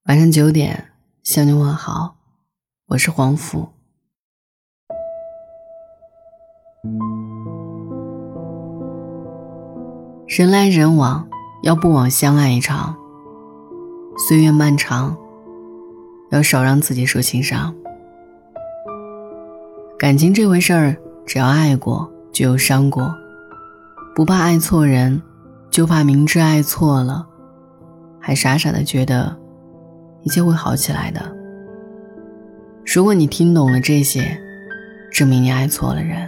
晚上9点向你问好，我是黄甫。人来人往，要不枉相爱一场。岁月漫长，要少让自己受情伤。感情这回事儿，只要爱过就有伤过，不怕爱错人，就怕明知爱错了，还傻傻的觉得一切会好起来的。如果你听懂了这些，证明你爱错了人。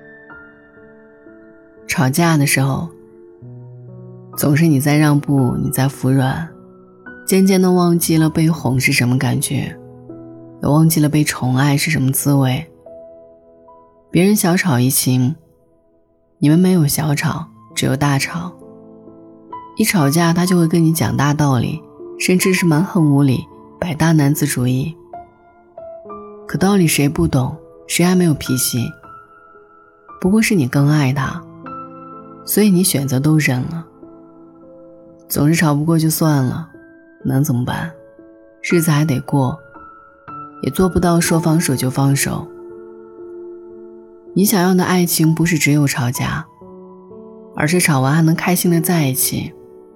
吵架的时候，总是你在让步，你在服软，渐渐地忘记了被哄是什么感觉，也忘记了被宠爱是什么滋味。别人小吵怡情，你们没有小吵，只有大吵。一吵架他就会跟你讲大道理，甚至是蛮横无理，摆大男子主义。可道理谁不懂，谁还没有脾气？不过是你更爱他，所以你选择都忍了。总是吵不过就算了，能怎么办？日子还得过，也做不到说放手就放手。你想要的爱情不是只有吵架，而是吵完还能开心的在一起。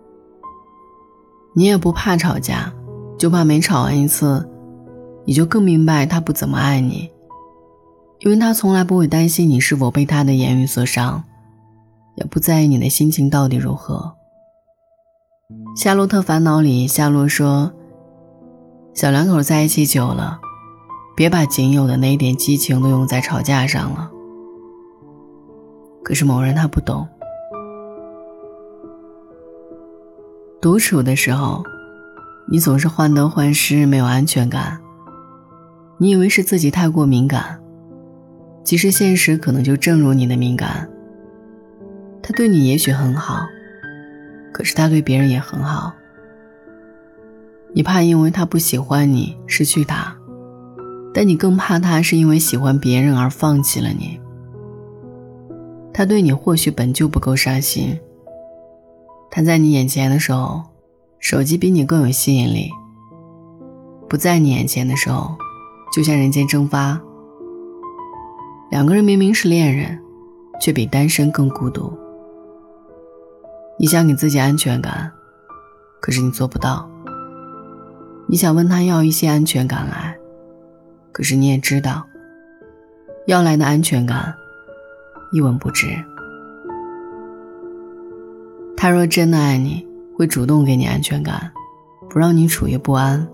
你也不怕吵架，就怕每吵完一次，你就更明白他不怎么爱你，因为他从来不会担心你是否被他的言语所伤，也不在意你的心情到底如何。夏洛特烦恼里，夏洛说，小两口在一起久了，别把仅有的那一点激情都用在吵架上了。可是某人他不懂，独处的时候，你总是患得患失，没有安全感。你以为是自己太过敏感，其实现实可能就正如你的敏感。他对你也许很好，可是他对别人也很好。你怕因为他不喜欢你失去他，但你更怕他是因为喜欢别人而放弃了你。他对你或许本就不够上心，他在你眼前的时候，手机比你更有吸引力，不在你眼前的时候，就像人间蒸发。两个人明明是恋人，却比单身更孤独。你想给自己安全感，可是你做不到。你想问他要一些安全感来，可是你也知道，要来的安全感一文不值。他若真的爱你，会主动给你安全感，不让你处于不安。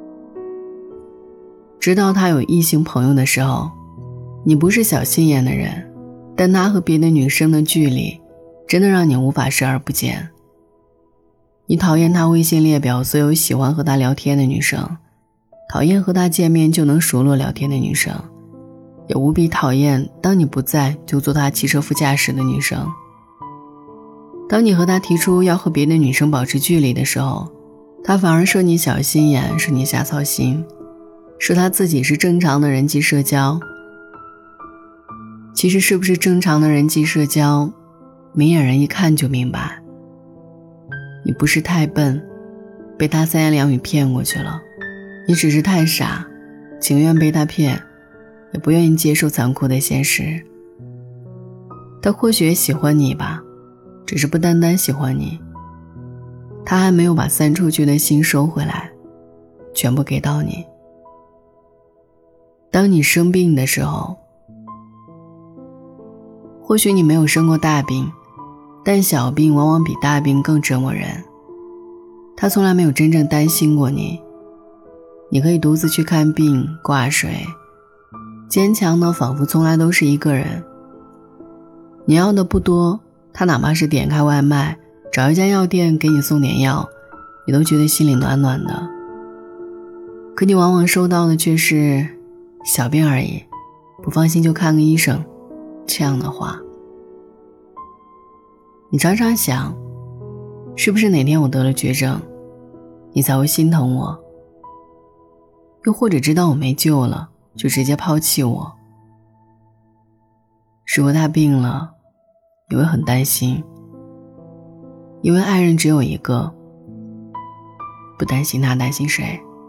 知道他有异性朋友的时候，你不是小心眼的人，但他和别的女生的距离真的让你无法视而不见。你讨厌他微信列表所有喜欢和他聊天的女生，讨厌和他见面就能熟络聊天的女生，也无比讨厌当你不在就坐他汽车副驾驶的女生。当你和他提出要和别的女生保持距离的时候，他反而说你小心眼，说你瞎操心，说他自己是正常的人际社交。其实是不是正常的人际社交，明眼人一看就明白。你不是太笨，被他三言两语骗过去了，你只是太傻，情愿被他骗，也不愿意接受残酷的现实。他或许也喜欢你吧，只是不单单喜欢你，他还没有把散出去的心收回来，全部给到你。当你生病的时候，或许你没有生过大病，但小病往往比大病更折磨人。他从来没有真正担心过你，你可以独自去看病挂水，坚强的仿佛从来都是一个人。你要的不多，他哪怕是点开外卖，找一家药店给你送点药，你都觉得心里暖暖的。可你往往收到的却是小病而已，不放心就看个医生，这样的话。你常常想，是不是哪天我得了绝症，你才会心疼我？又或者知道我没救了，就直接抛弃我？如果他病了，你会很担心，因为爱人只有一个，不担心他担心谁？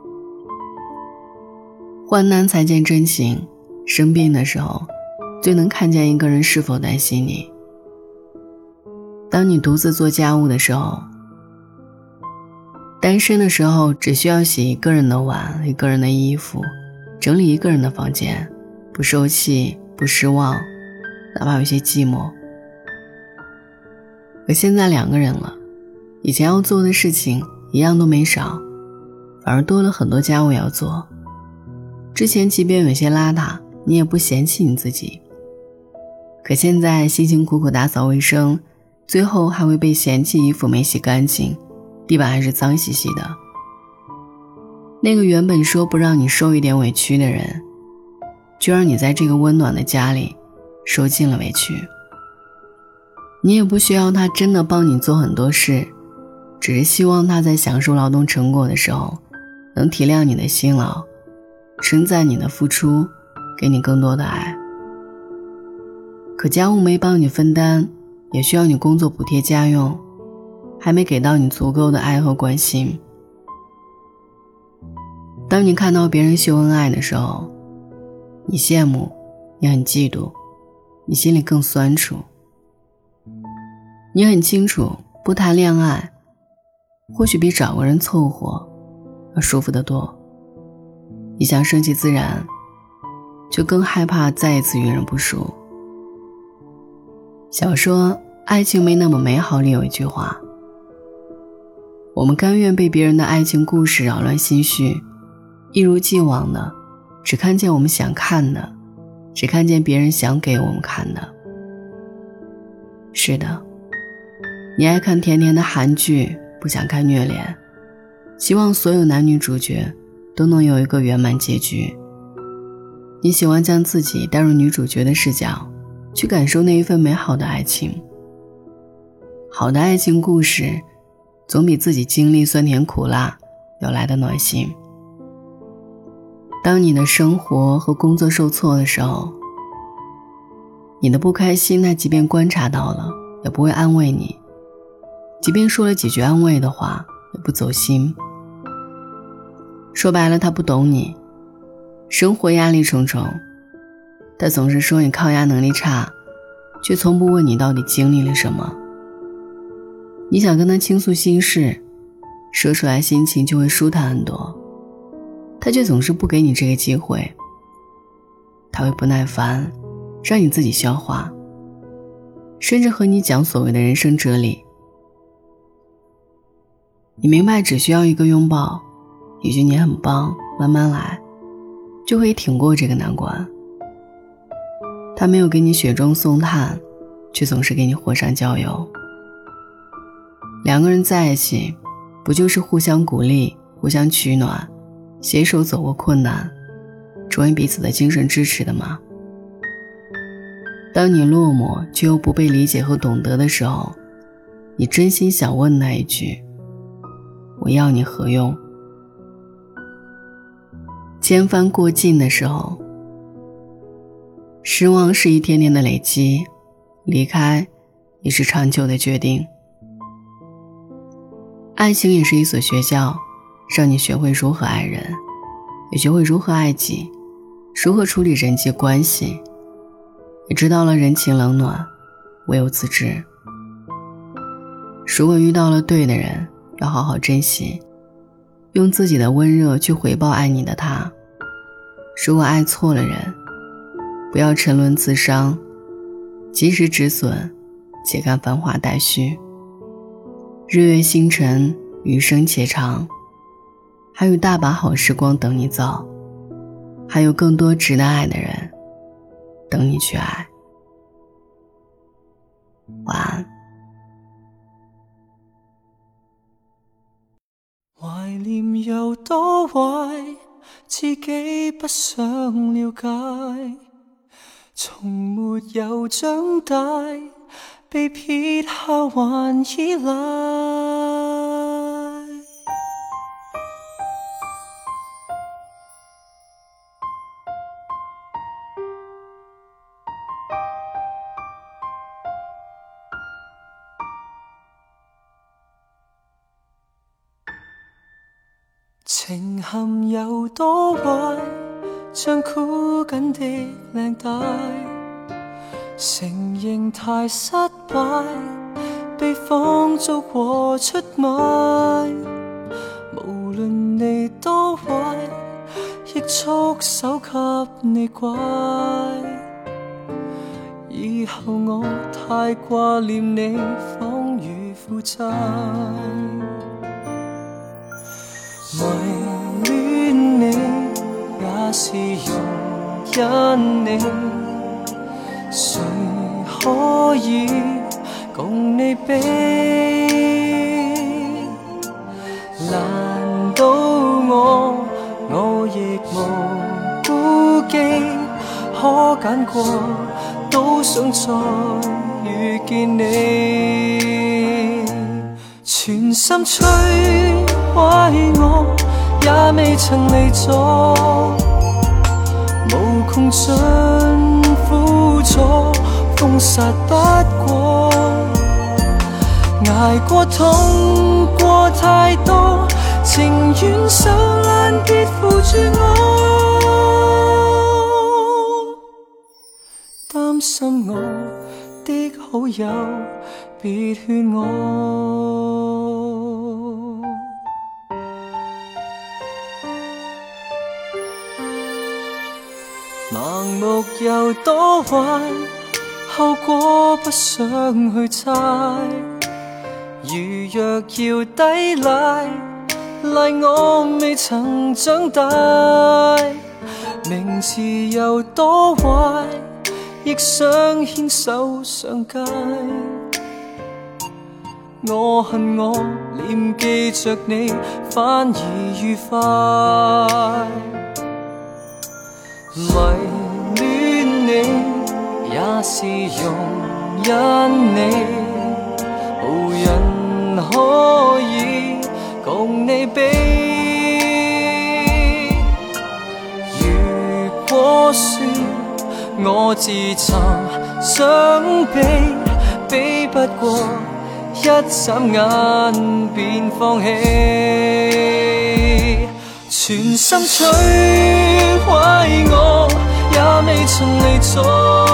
患难才见真情，生病的时候最能看见一个人是否担心你。当你独自做家务的时候，单身的时候只需要洗一个人的碗，一个人的衣服，整理一个人的房间，不受气，不失望，哪怕有些寂寞。可现在2个人了，以前要做的事情一样都没少，反而多了很多家务要做。之前即便有些邋遢，你也不嫌弃你自己，可现在辛辛苦苦打扫卫生，最后还会被嫌弃衣服没洗干净，地板还是脏兮兮的。那个原本说不让你受一点委屈的人，就让你在这个温暖的家里受尽了委屈。你也不需要他真的帮你做很多事，只是希望他在享受劳动成果的时候能体谅你的辛劳，称赞你的付出，给你更多的爱。可家务没帮你分担，也需要你工作补贴家用，还没给到你足够的爱和关心。当你看到别人秀恩爱的时候，你羡慕，你很嫉妒，你心里更酸楚。你很清楚，不谈恋爱或许比找个人凑合要舒服得多。你想顺其自然，就更害怕再一次与人不熟。小说《爱情没那么美好》里有一句话，我们甘愿被别人的爱情故事扰乱心绪，一如既往的只看见我们想看的，只看见别人想给我们看的。是的，你爱看甜甜的韩剧，不想看虐恋，希望所有男女主角都能有一个圆满结局。你喜欢将自己带入女主角的视角，去感受那一份美好的爱情。好的爱情故事总比自己经历酸甜苦辣要来的暖心。当你的生活和工作受挫的时候，你的不开心他即便观察到了也不会安慰你，即便说了几句安慰的话也不走心。说白了，他不懂你，生活压力重重，他总是说你抗压能力差，却从不问你到底经历了什么。你想跟他倾诉心事，说出来心情就会舒坦很多，他却总是不给你这个机会。他会不耐烦，让你自己消化，甚至和你讲所谓的人生哲理。你明白只需要一个拥抱，一句你很棒，慢慢来，就可以挺过这个难关。他没有给你雪中送炭，却总是给你火上浇油。2个人在一起，不就是互相鼓励，互相取暖，携手走过困难，成为彼此的精神支持的吗？当你落寞却又不被理解和懂得的时候，你真心想问那一句，我要你何用？千帆过尽的时候，失望是一天天的累积，离开也是长久的决定。爱情也是一所学校，让你学会如何爱人，也学会如何爱己，如何处理人际关系，也知道了人情冷暖，唯有自知。如果遇到了对的人，要好好珍惜，用自己的温热去回报爱你的他。如果爱错了人，不要沉沦自伤，及时止损，且看繁华待续。日月星辰，余生且长，还有大把好时光等你走，还有更多值得爱的人等你去爱。晚安。 怀念有多坏，自己不想了解，从没有长大，被撇下还依赖。情陷有多坏， 像箍紧的领带，承认太失败，被放逐和出卖。无论你多坏，亦束手给你拐。以后我太挂念你，仿如负债。迷恋你，也是容忍你。谁可以共你比？难道我亦无顾忌？可拣过，都想再遇见你。全心摧毁我，也未曾离座。无穷尽苦楚，封杀不过。挨过痛过太多，情愿受难，别扶住我。担心我的好友，别劝我。盲目有多坏，后果不想去猜。如若要抵赖，赖我未曾长大。明知有多坏，亦想牵手上街。我恨我念记着你，反而愉快。迷恋你，也是容忍你，无人可以共你比。如果说我自寻想比不过，一眨眼便放弃。全心摧毁我，也未曾离座。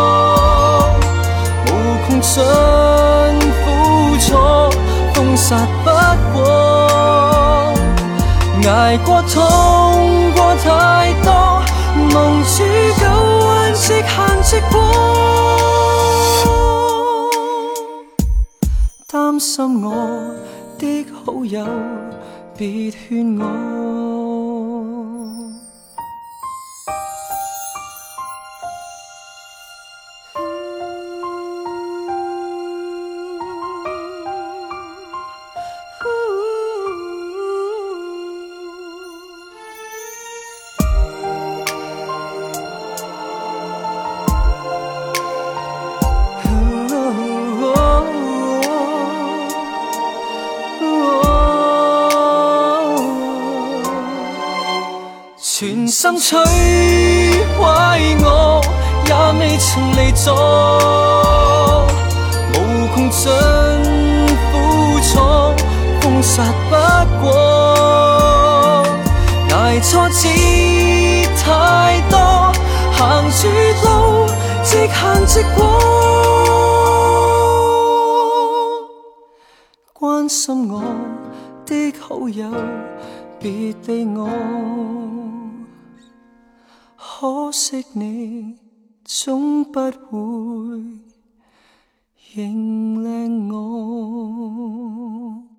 无穷尽苦楚，封杀不过。挨过痛过太多，蒙住旧患，直行直过。担心我的好友，别劝我。全心摧毁我，也未曾离座。无穷尽苦楚，封杀不过。挨挫折太多，行住路直行直过。关心我的好友，别理我。可惜你总不會認領我。